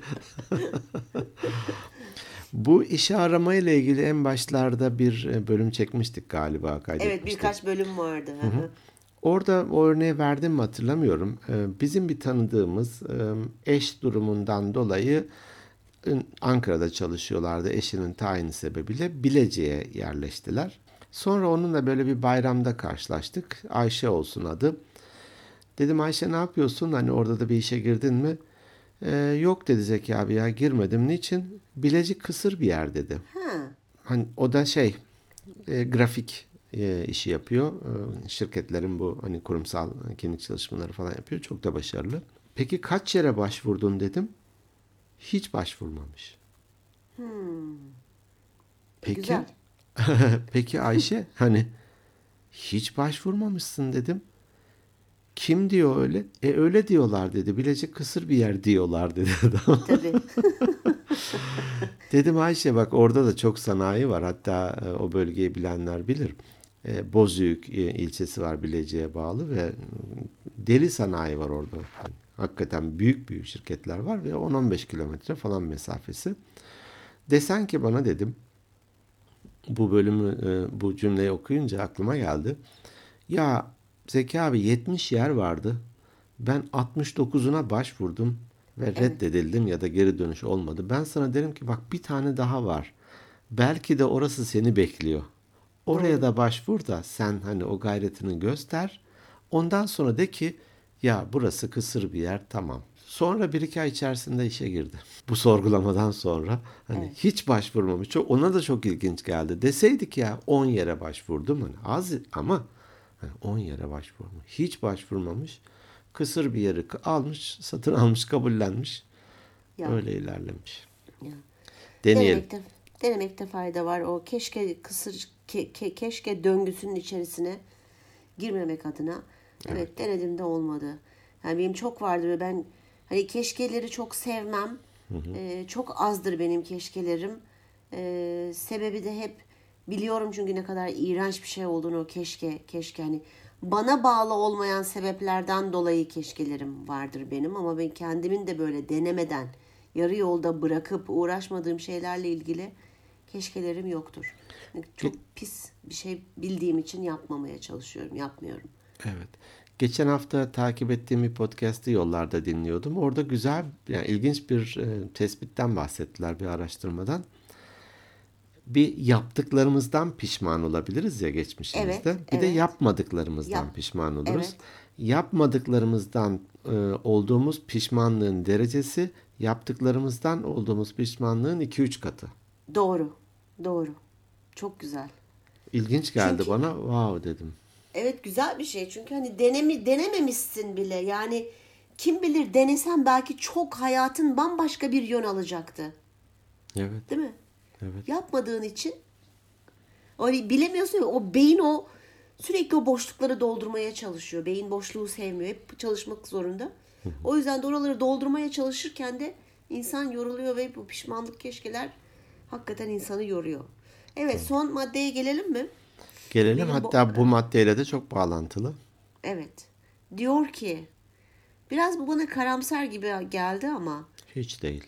Bu işe arama ile ilgili en başlarda bir e, bölüm çekmiştik galiba Evet, kaydetmiştik. birkaç bölüm vardı. Hı hı. Orada o örneği verdim mi hatırlamıyorum. Ee, Bizim bir tanıdığımız e, eş durumundan dolayı e, Ankara'da çalışıyorlardı. Eşinin tayini sebebiyle Bilecik'e yerleştiler. Sonra onunla böyle bir bayramda karşılaştık. Ayşe olsun adı. Dedim Ayşe ne yapıyorsun? Hani orada da bir işe girdin mi? Ee, yok dedi Zeki abi ya girmedim. Niçin? Bilecik kısır bir yer dedi. Ha, Hani o da şey e, grafik e, işi yapıyor. E, şirketlerin bu hani kurumsal kimlik çalışmaları falan yapıyor. Çok da başarılı. Peki kaç yere başvurdun dedim. Hiç başvurmamış. e, Peki güzel. peki Ayşe hani hiç başvurmamışsın dedim. Kim diyor öyle? E öyle diyorlar dedi. Bilecik kısır bir yer diyorlar dedi. Tabii. Dedim Ayşe bak orada da çok sanayi var. Hatta e, o bölgeyi bilenler bilir. E, Bozüyük e, ilçesi var Bilecik'e bağlı ve deli sanayi var orada. Yani hakikaten büyük büyük şirketler var ve on on beş kilometre falan mesafesi. Desen ki bana dedim bu bölümü e, bu cümleyi okuyunca aklıma geldi. Ya Zeki abi yetmiş yer vardı. Ben altmış dokuzuna başvurdum ve Evet. reddedildim ya da geri dönüş olmadı. Ben sana derim ki bak bir tane daha var. Belki de orası seni bekliyor. Oraya Doğru. da başvur da sen hani o gayretini göster. Ondan sonra de ki ya burası kısır bir yer tamam. Sonra bir iki ay içerisinde işe girdi. Bu sorgulamadan sonra hani Evet. hiç başvurmamış. Çok, ona da çok ilginç geldi. Deseydik ya on yere başvurdum. Hani az ama hani on yere başvurmuş. Hiç başvurmamış. Kısır bir yeri almış, satın almış, kabullenmiş. Ya. Öyle ilerlemiş. Ya. Deneyelim. Denemekte denemekte fayda var. O keşke kısır ke- ke- keşke döngüsünün içerisine girmemek adına. Evet, denedim de olmadı. Yani benim çok vardır ve ben hani keşkeleri çok sevmem. Ee, çok azdır benim keşkelerim. Ee, sebebi de hep biliyorum çünkü ne kadar iğrenç bir şey olduğunu o keşke keşke hani bana bağlı olmayan sebeplerden dolayı keşkelerim vardır benim ama ben kendimin de böyle denemeden yarı yolda bırakıp uğraşmadığım şeylerle ilgili keşkelerim yoktur. Yani çok Ge- pis bir şey bildiğim için yapmamaya çalışıyorum, yapmıyorum. Evet. Geçen hafta takip ettiğim bir podcast'i yollarda dinliyordum. Orada güzel, yani ilginç bir e, tespitten bahsettiler bir araştırmadan. Bir yaptıklarımızdan pişman olabiliriz ya geçmişimizde. Evet, Bir de evet. yapmadıklarımızdan Yap. pişman oluruz. Evet. Yapmadıklarımızdan e, olduğumuz pişmanlığın derecesi yaptıklarımızdan olduğumuz pişmanlığın iki üç katı. Doğru. Doğru. Çok güzel. İlginç geldi Çünkü bana. Wow dedim. evet güzel bir şey. Çünkü hani denemi denememişsin bile. Yani kim bilir denesen belki çok hayatın bambaşka bir yön alacaktı. Evet, Değil mi? evet. Yapmadığın için o bilemiyorsun ya o beyin o sürekli o boşlukları doldurmaya çalışıyor. Beyin boşluğu sevmiyor. Hep çalışmak zorunda. O yüzden de oraları doldurmaya çalışırken de insan yoruluyor ve bu pişmanlık keşkeler hakikaten insanı yoruyor. Evet, son maddeye gelelim mi? Gelelim Benim bu hatta bu maddeyle de çok bağlantılı. evet. Diyor ki biraz bu bana karamsar gibi geldi ama Hiç değil.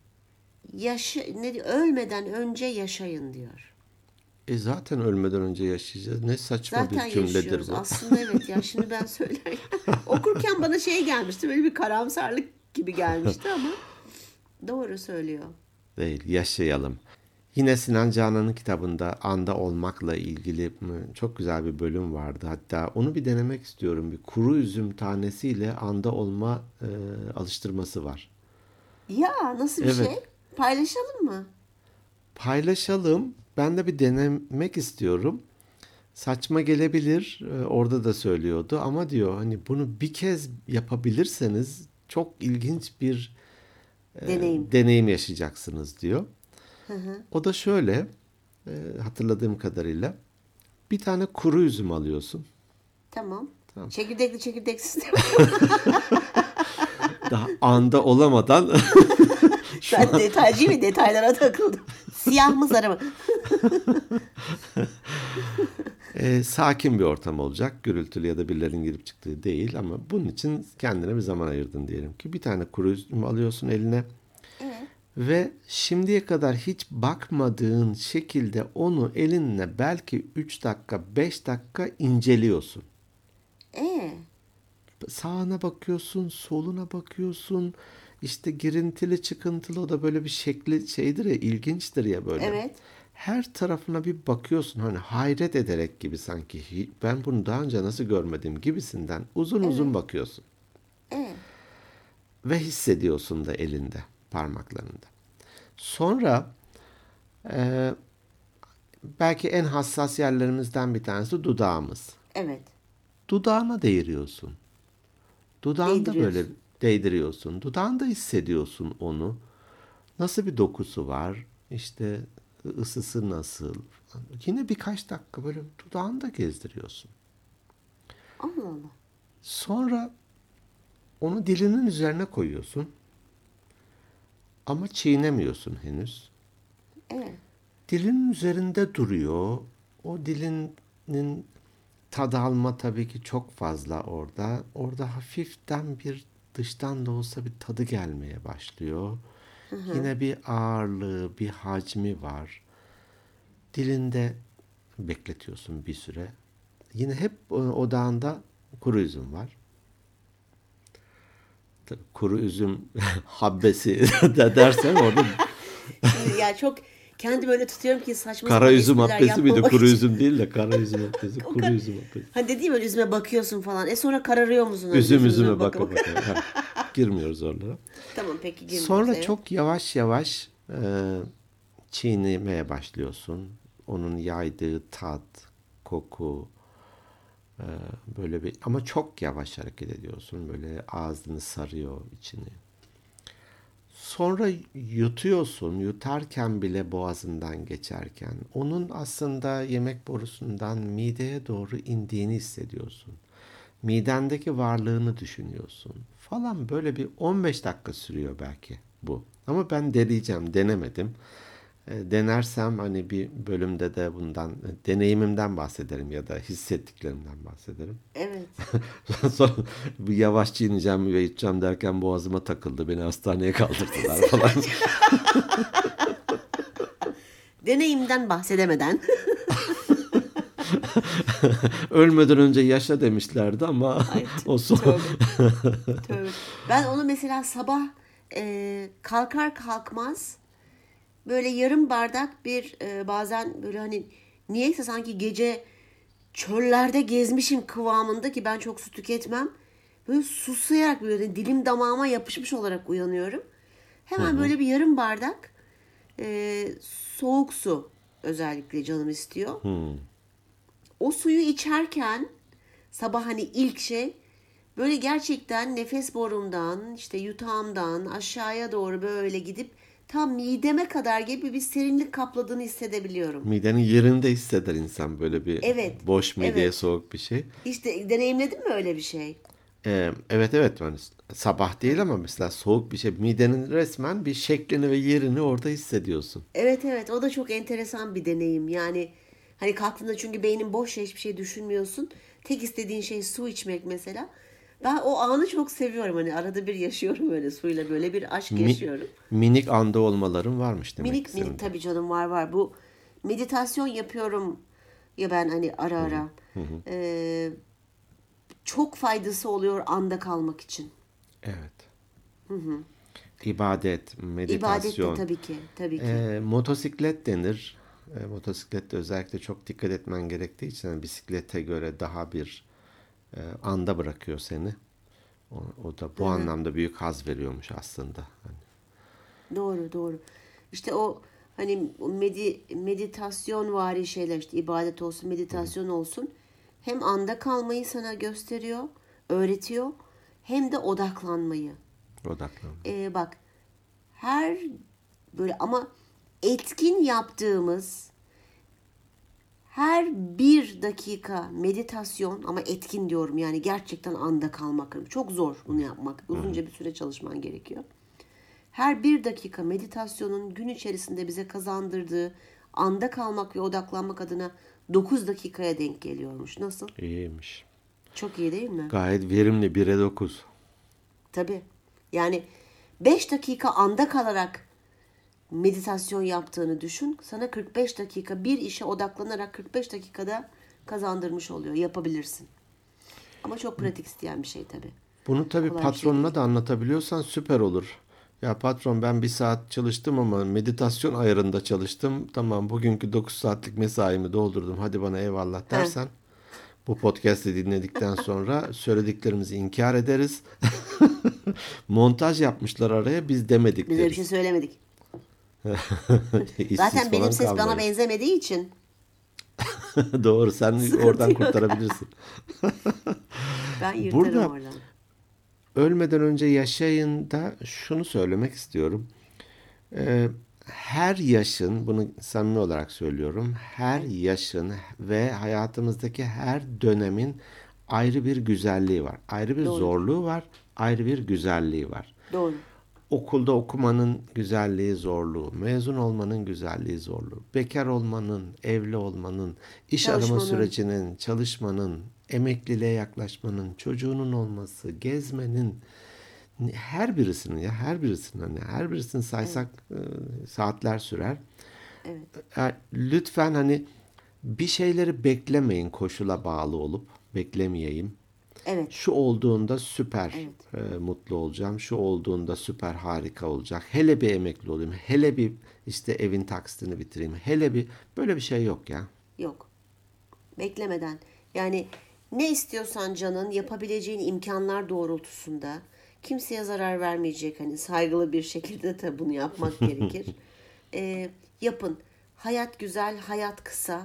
yaşa, ne diyor? Ölmeden önce yaşayın diyor. E zaten ölmeden önce yaşayacağız. Ne saçma Zaten bir cümledir yaşıyoruz. bu. Aslında evet ya şimdi ben söylerken okurken bana şey gelmişti. Böyle bir karamsarlık gibi gelmişti ama doğru söylüyor. Değil, yaşayalım. Yine Sinan Canan'ın kitabında anda olmakla ilgili çok güzel bir bölüm vardı. Hatta onu bir denemek istiyorum. Bir kuru üzüm tanesiyle anda olma e, alıştırması var. Ya nasıl bir Evet, şey? Paylaşalım mı? paylaşalım. Ben de bir denemek istiyorum. Saçma gelebilir, e, orada da söylüyordu ama diyor hani bunu bir kez yapabilirseniz çok ilginç bir e, Deneyim. deneyim yaşayacaksınız diyor. Hı hı. O da şöyle, e, hatırladığım kadarıyla bir tane kuru üzüm alıyorsun. Tamam. Tamam. Çekirdekli çekirdeksiz. Daha anda olamadan şu Ben an detaycı ve detaylara takıldım. Siyah mı sarı mı? e, sakin bir ortam olacak. Gürültülü ya da birilerinin girip çıktığı değil ama bunun için kendine bir zaman ayırdın diyelim ki. Bir tane kuru üzüm alıyorsun eline. Evet. Ve şimdiye kadar hiç bakmadığın şekilde onu elinle belki üç dakika, beş dakika inceliyorsun. Ee, Sağına bakıyorsun, soluna bakıyorsun. İşte girintili çıkıntılı o da böyle bir şekli şeydir ya, ilginçtir ya böyle. evet. Her tarafına bir bakıyorsun hani hayret ederek gibi sanki "Hi- ben bunu daha önce nasıl görmedim gibisinden uzun uzun Evet. bakıyorsun. Ee. ve hissediyorsun da elinde, parmaklarında. Sonra e, belki en hassas yerlerimizden bir tanesi dudağımız. Evet. Dudağına değiriyorsun. Dudağında böyle Değdiriyorsun. değdiriyorsun. Dudağında hissediyorsun onu. Nasıl bir dokusu var? İşte ısısı nasıl? Yine birkaç dakika böyle dudağında gezdiriyorsun. Allah Allah. Sonra onu dilinin üzerine koyuyorsun. Ama çiğnemiyorsun henüz. Evet. Dilinin üzerinde duruyor. O dilinin tad alma tabii ki çok fazla orada. Orada hafiften bir dıştan da olsa bir tadı gelmeye başlıyor. Yine bir ağırlığı, bir hacmi var. Dilinde bekletiyorsun bir süre. Yine hep e, odağında kuru üzüm var. Tabii kuru üzüm habbesi de dersen orada Şimdi ya çok kendi böyle tutuyorum ki saçma kara sapan üzüm espriler habbesi miydi? yapmamak Kuru için. üzüm değil de kara üzüm habbesi. O Kuru kadar. üzüm habbesi. Hani dediğim öyle üzüme bakıyorsun falan. E sonra kararıyor musun? Hani Üzüm üzüm üzüme üzüme baka baka baka. baka. Ha, girmiyoruz oralara. Tamam peki girmiyoruz. Sonra Evet. çok yavaş yavaş e, çiğnemeye başlıyorsun. Onun yaydığı tat, koku, e, böyle bir ama çok yavaş hareket ediyorsun. Böyle ağzını sarıyor içini. Sonra yutuyorsun. Yutarken bile boğazından geçerken onun aslında yemek borusundan mideye doğru indiğini hissediyorsun. Midendeki varlığını düşünüyorsun falan, böyle bir on beş dakika sürüyor belki bu. Ama ben deneyeceğim, denemedim. E, denersem hani bir bölümde de bundan e, deneyimimden bahsederim ya da hissettiklerimden bahsederim. Evet. Sonra bu yavaş çiğneyeceğim ve içeceğim derken boğazıma takıldı. Beni hastaneye kaldırdılar falan. Deneyimden bahsedemeden. Ölmeden önce yaşa demişlerdi ama Ay, o son. tövbe. Tövbe. Ben onu mesela sabah e, kalkar kalkmaz böyle yarım bardak bir e, bazen böyle hani niyeyse sanki gece çöllerde gezmişim kıvamında ki ben çok su tüketmem. Böyle susayarak böyle dilim damağıma yapışmış olarak uyanıyorum. Hemen böyle bir yarım bardak e, soğuk su özellikle canım istiyor. O suyu içerken sabah hani ilk şey böyle gerçekten nefes borumdan işte yutağımdan aşağıya doğru böyle gidip tam mideme kadar gibi bir serinlik kapladığını hissedebiliyorum. Midenin yerinde hisseder insan böyle bir Evet, boş mideye evet. soğuk bir şey. İşte deneyimledin mi öyle bir şey? Ee, evet evet, yani sabah değil ama mesela soğuk bir şey, midenin resmen bir şeklini ve yerini orada hissediyorsun. Evet evet o da çok enteresan bir deneyim. Yani hani kalktığında çünkü beynin boş ya hiçbir şey düşünmüyorsun. Tek istediğin şey su içmek mesela. Ben o anı çok seviyorum. Hani arada bir yaşıyorum öyle suyla böyle bir aşk Mi- yaşıyorum. minik anda olmaların varmış demek Minik ki senin minik de. tabii canım var var. Bu meditasyon yapıyorum ya ben hani ara ara. Ee, çok faydası oluyor anda kalmak için. Evet. İbadet, İbadet de meditasyon. tabii ki. Tabii ki. Ee, motosiklet denir. Ee, motosiklette özellikle çok dikkat etmen gerektiği için yani bisiklete göre daha bir e, anda bırakıyor seni. O, o da bu anlamda büyük haz veriyormuş aslında. Hani, Doğru doğru. İşte o hani o medi, meditasyon vari şeyler işte ibadet olsun meditasyon olsun. Hem anda kalmayı sana gösteriyor, öğretiyor. Hem de odaklanmayı. odaklan. Ee, bak her böyle ama etkin yaptığımız her bir dakika meditasyon ama etkin diyorum yani gerçekten anda kalmak. Çok zor bunu yapmak. Uzunca bir süre çalışman gerekiyor. Her bir dakika meditasyonun gün içerisinde bize kazandırdığı anda kalmak ve odaklanmak adına dokuz dakikaya denk geliyormuş. Nasıl? İyiymiş. Çok iyi değil mi? Gayet verimli. bire dokuz. Tabii. Yani beş dakika anda kalarak meditasyon yaptığını düşün. Sana kırk beş dakika bir işe odaklanarak kırk beş dakikada kazandırmış oluyor. Yapabilirsin. Ama çok pratik isteyen bir şey tabii. Bunu tabii Kolay bir şey patronuna değil. da anlatabiliyorsan süper olur. Ya patron, ben bir saat çalıştım ama meditasyon ayarında çalıştım. Tamam, bugünkü dokuz saatlik mesaimi doldurdum. Hadi bana eyvallah Heh. dersen bu podcast'i dinledikten sonra söylediklerimizi inkar ederiz. Montaj yapmışlar araya, biz demedik Biz öyle bir şey deriz. söylemedik. İşsiz Zaten benim falan ses bana kalmayız. benzemediği için Doğru, sen sıkıntı oradan yok. kurtarabilirsin. Ben yırtarım Burada oradan. ölmeden önce yaşayın da şunu söylemek istiyorum. Ee, her yaşın, bunu samimi olarak söylüyorum, her Evet, yaşın ve hayatımızdaki her dönemin ayrı bir güzelliği var. Ayrı bir doğru. zorluğu var, ayrı bir güzelliği var. Doğru. Okulda okumanın güzelliği, zorluğu, mezun olmanın güzelliği, zorluğu, bekar olmanın, evli olmanın, iş arama Çalışmanın. sürecinin, çalışmanın, emekliliğe yaklaşmanın, çocuğunun olması, gezmenin, her birisinin ya her birisinin hani her birisini Evet, saysak e, saatler sürer. evet, E, lütfen hani bir şeyleri beklemeyin koşula bağlı olup beklemeyeyim. evet, Şu olduğunda süper evet. e, mutlu olacağım. Şu olduğunda süper harika olacak. Hele bir emekli olayım. Hele bir işte evin taksitini bitireyim. Hele bir böyle bir şey yok ya. Yok. Beklemeden. Yani ne istiyorsan canın yapabileceğin imkanlar doğrultusunda kimseye zarar vermeyecek hani saygılı bir şekilde de bunu yapmak gerekir. Ee, yapın. Hayat güzel, hayat kısa.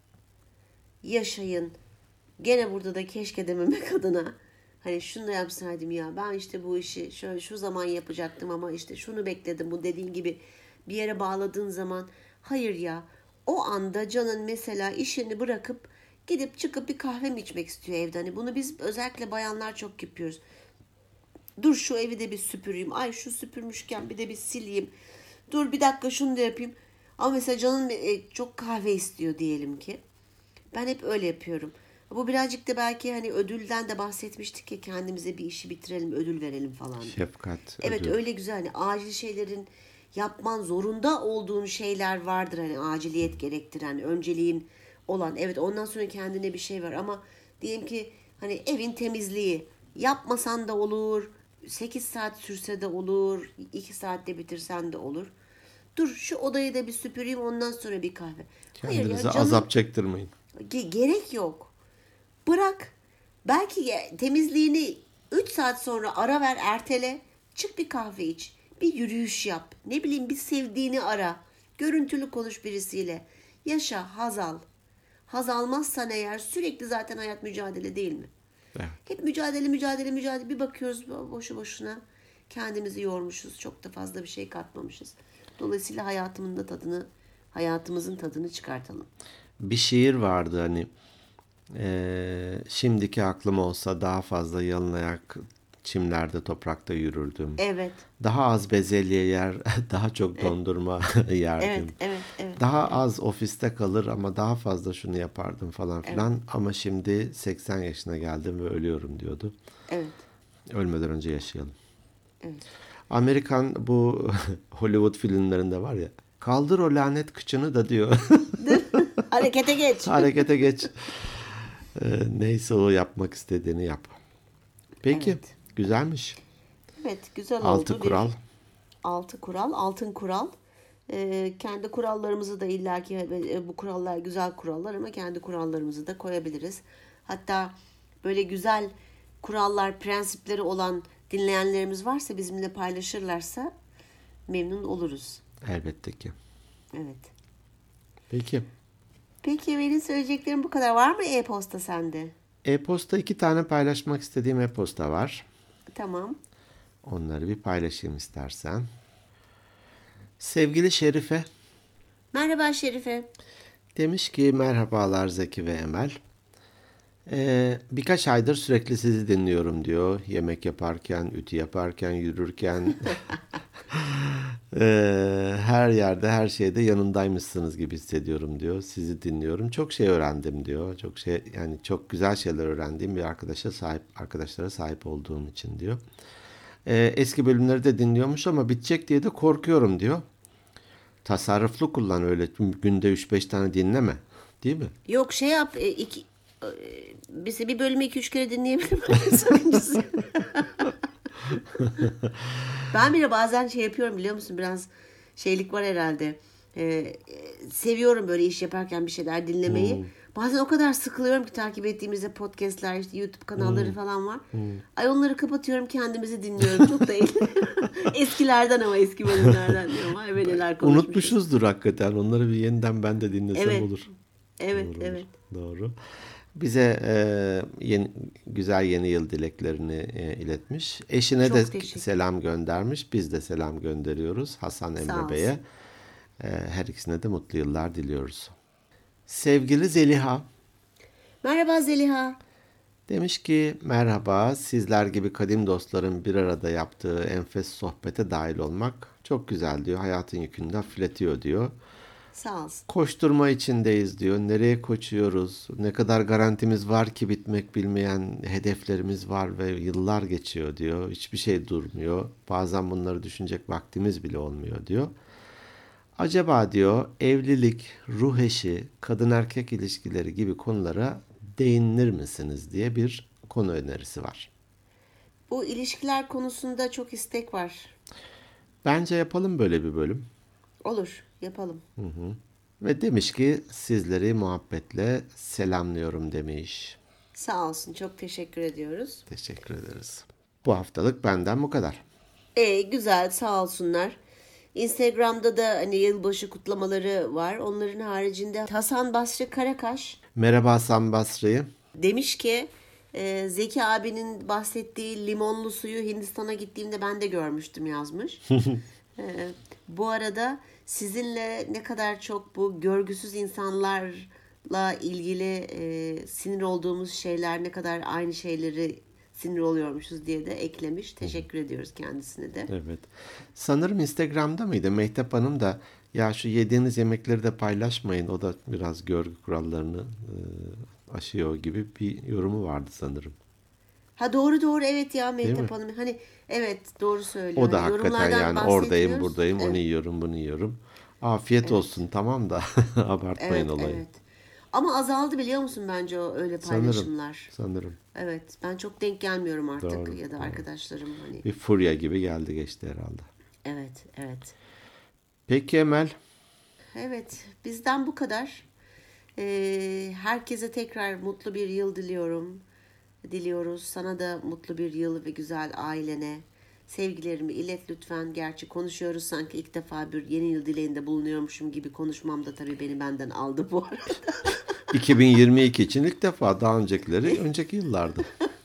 Yaşayın. Gene burada da keşke dememek adına hani şunu da yapsaydım ya ben işte bu işi şöyle şu zaman yapacaktım ama işte şunu bekledim bu dediğin gibi bir yere bağladığın zaman hayır ya o anda canın mesela işini bırakıp gidip çıkıp bir kahve mi içmek istiyor evde hani bunu biz özellikle bayanlar çok yapıyoruz. Dur şu evi de bir süpüreyim. Ay şu süpürmüşken bir de bir sileyim. Dur bir dakika şunu da yapayım. Ama mesela canın e, çok kahve istiyor diyelim ki. Ben hep öyle yapıyorum. Bu birazcık da belki hani ödülden de bahsetmiştik ya kendimize bir işi bitirelim, ödül verelim falan diye. Şefkat, Evet ödül. öyle güzel. Hani acil şeylerin yapman zorunda olduğun şeyler vardır hani aciliyet gerektiren, önceliğin olan. Evet ondan sonra kendine bir şey var ama diyelim ki hani evin temizliği yapmasan da olur. sekiz saat sürse de olur. iki saatte bitirsen de olur. Dur şu odayı da bir süpüreyim ondan sonra bir kahve. Hayır Kendinize ya canın azap çektirmeyin. Ge- gerek yok. Bırak. Belki ye- temizliğini üç saat sonra ara ver, ertele. Çık bir kahve iç. Bir yürüyüş yap. Ne bileyim bir sevdiğini ara. Görüntülü konuş birisiyle. Yaşa, haz al. Haz almazsan eğer sürekli zaten hayat mücadele değil mi? Evet. Hep mücadele, mücadele, mücadele. Bir bakıyoruz boşu boşuna kendimizi yormuşuz. Çok da fazla bir şey katmamışız. Dolayısıyla hayatımın da tadını, hayatımızın tadını çıkartalım. Bir şiir vardı hani e, şimdiki aklım olsa daha fazla yalın ayak çimlerde toprakta yürürdüm. Evet. Daha az bezelye yer, daha çok E- dondurma Evet, yerdim. evet, evet, Daha evet, az ofiste kalır ama daha fazla şunu yapardım falan evet, filan. Ama şimdi seksen yaşına geldim ve ölüyorum diyordu. evet, Ölmeden önce yaşayalım. evet. Amerikan bu Hollywood filmlerinde var ya. Kaldır o lanet kıçını da diyor. Harekete geç. Harekete geç. Ee, neyse o yapmak istediğini yap. Peki. Evet. Güzelmiş. Evet, güzel Altı oldu. kural. Bir altı kural, altın kural. Ee, kendi kurallarımızı da illaki e, bu kurallar güzel kurallar ama kendi kurallarımızı da koyabiliriz. Hatta böyle güzel kurallar, prensipleri olan dinleyenlerimiz varsa bizimle paylaşırlarsa memnun oluruz. Elbette ki. Evet. Peki. Peki benim söyleyeceklerim bu kadar. Var mı e-posta sende? E-posta iki tane paylaşmak istediğim e-posta var. Tamam. Onları bir paylaşayım istersen. Sevgili Şerife Merhaba Şerife. demiş ki merhabalar Zeki ve Emel. Ee, birkaç aydır sürekli sizi dinliyorum diyor. Yemek yaparken, ütü yaparken, yürürken, ee, her yerde, her şeyde yanındaymışsınız gibi hissediyorum diyor. Sizi dinliyorum. Çok şey öğrendim diyor. Çok şey yani çok güzel şeyler öğrendiğim bir arkadaşa sahip, arkadaşlara sahip olduğum için diyor. Ee, eski bölümleri de dinliyormuş ama bitecek diye de korkuyorum diyor. Tasarruflu kullan öyle günde üç beş tane dinleme. Değil mi? Yok şey yap e, iki e, bize bir bölümü iki üç kere dinleyebilir miyim? Sonuncusu. Ben bile bazen şey yapıyorum biliyor musun? Biraz şeylik var herhalde. E, e, seviyorum böyle iş yaparken bir şeyler dinlemeyi. Bazen o kadar sıkılıyorum ki takip ettiğimizde podcastler, işte YouTube kanalları Hmm. falan var. Hmm. Ay onları kapatıyorum, kendimizi dinliyorum. Çok da iyi. Eskilerden ama eski bölümlerden diyorum. Ay be neler konuşmuşuz. Unutmuşuzdur hakikaten. Onları bir yeniden ben de dinlesem Evet. olur. Evet, Olur, olur. evet. Doğru. Bize e, yeni, güzel yeni yıl dileklerini e, iletmiş. Eşine Çok de teşekkür. selam göndermiş. Biz de selam gönderiyoruz Hasan Sağ Emre olsun. Bey'e. E, her ikisine de mutlu yıllar diliyoruz. Sevgili Zeliha Merhaba Zeliha. demiş ki merhaba, sizler gibi kadim dostların bir arada yaptığı enfes sohbete dahil olmak çok güzel diyor. Hayatın yükünü de hafifletiyor diyor. Sağ olsun. Koşturma içindeyiz diyor. Nereye koşuyoruz? Ne kadar garantimiz var ki bitmek bilmeyen hedeflerimiz var ve yıllar geçiyor diyor. Hiçbir şey durmuyor. Bazen bunları düşünecek vaktimiz bile olmuyor diyor. Acaba diyor evlilik, ruh eşi, kadın erkek ilişkileri gibi konulara değinir misiniz diye bir konu önerisi var. Bu ilişkiler konusunda çok istek var. Bence yapalım böyle bir bölüm. Olur, yapalım. Ve demiş ki sizleri muhabbetle selamlıyorum demiş. Sağ olsun, çok teşekkür ediyoruz. Teşekkür ederiz. Bu haftalık benden bu kadar. E, güzel, sağ olsunlar. Instagram'da da hani yılbaşı kutlamaları var. Onların haricinde Hasan Basri Karakaş Merhaba Hasan Basri. demiş ki e, Zeki abinin bahsettiği limonlu suyu Hindistan'a gittiğimde ben de görmüştüm yazmış. E, bu arada sizinle ne kadar çok bu görgüsüz insanlarla ilgili e, sinir olduğumuz şeyler, ne kadar aynı şeyleri sinir oluyormuşuz diye de eklemiş. Teşekkür ediyoruz kendisine de. Evet. Sanırım Instagram'da mıydı? Mehtap Hanım da ya şu yediğiniz yemekleri de paylaşmayın. O da biraz görgü kurallarını e, aşıyor gibi bir yorumu vardı sanırım. Ha doğru doğru evet ya Değil mi? Mehtap Hanım. Hani evet doğru söylüyor. O da Hani hakikaten yorumlardan yani oradayım bahsetmiyoruz. buradayım onu Evet, yiyorum bunu yiyorum. Afiyet olsun tamam da abartmayın evet, olayı. evet. Ama azaldı biliyor musun bence o öyle Sanırım. paylaşımlar. Sanırım. Evet ben çok denk gelmiyorum artık Doğru, ya da doğru. arkadaşlarım hani. Bir furya gibi geldi geçti herhalde. Evet evet. Peki Emel. Evet bizden bu kadar. Ee, herkese tekrar mutlu bir yıl diliyorum. Diliyoruz. Sana da mutlu bir yıl ve güzel ailene. Sevgilerimi ilet lütfen. Gerçi konuşuyoruz sanki ilk defa bir yeni yıl dileğinde bulunuyormuşum gibi konuşmam da tabii beni benden aldı bu arada. iki bin yirmi iki için ilk defa daha öncekileri önceki yıllardı.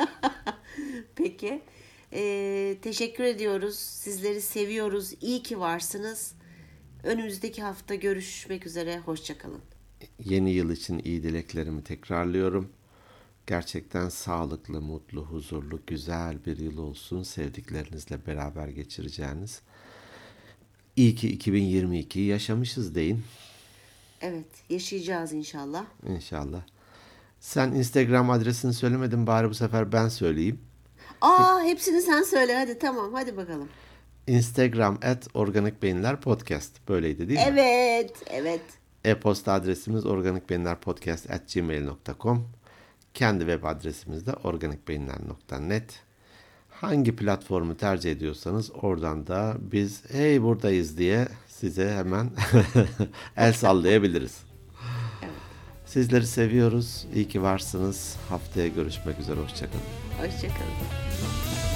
Peki. Ee, teşekkür ediyoruz. Sizleri seviyoruz. İyi ki varsınız. Önümüzdeki hafta görüşmek üzere. Hoşçakalın. Yeni yıl için iyi dileklerimi tekrarlıyorum. Gerçekten sağlıklı, mutlu, huzurlu, güzel bir yıl olsun. Sevdiklerinizle beraber geçireceğiniz. İyi ki iki bin yirmi ikiyi yaşamışız deyin. Evet, yaşayacağız inşallah. İnşallah. Sen Instagram adresini söylemedin bari bu sefer ben söyleyeyim. Aa, hepsini sen söyle hadi tamam hadi bakalım. Instagram at Organik Beyinler Podcast. Böyleydi değil mi? Evet, evet. E-posta adresimiz organikbeyinlerpodcast at gmail nokta com. Kendi web adresimiz de organikbeyinler nokta net. Hangi platformu tercih ediyorsanız oradan da biz hey buradayız diye size hemen el sallayabiliriz. Sizleri seviyoruz. İyi ki varsınız. Haftaya görüşmek üzere. Hoşçakalın. Hoşçakalın.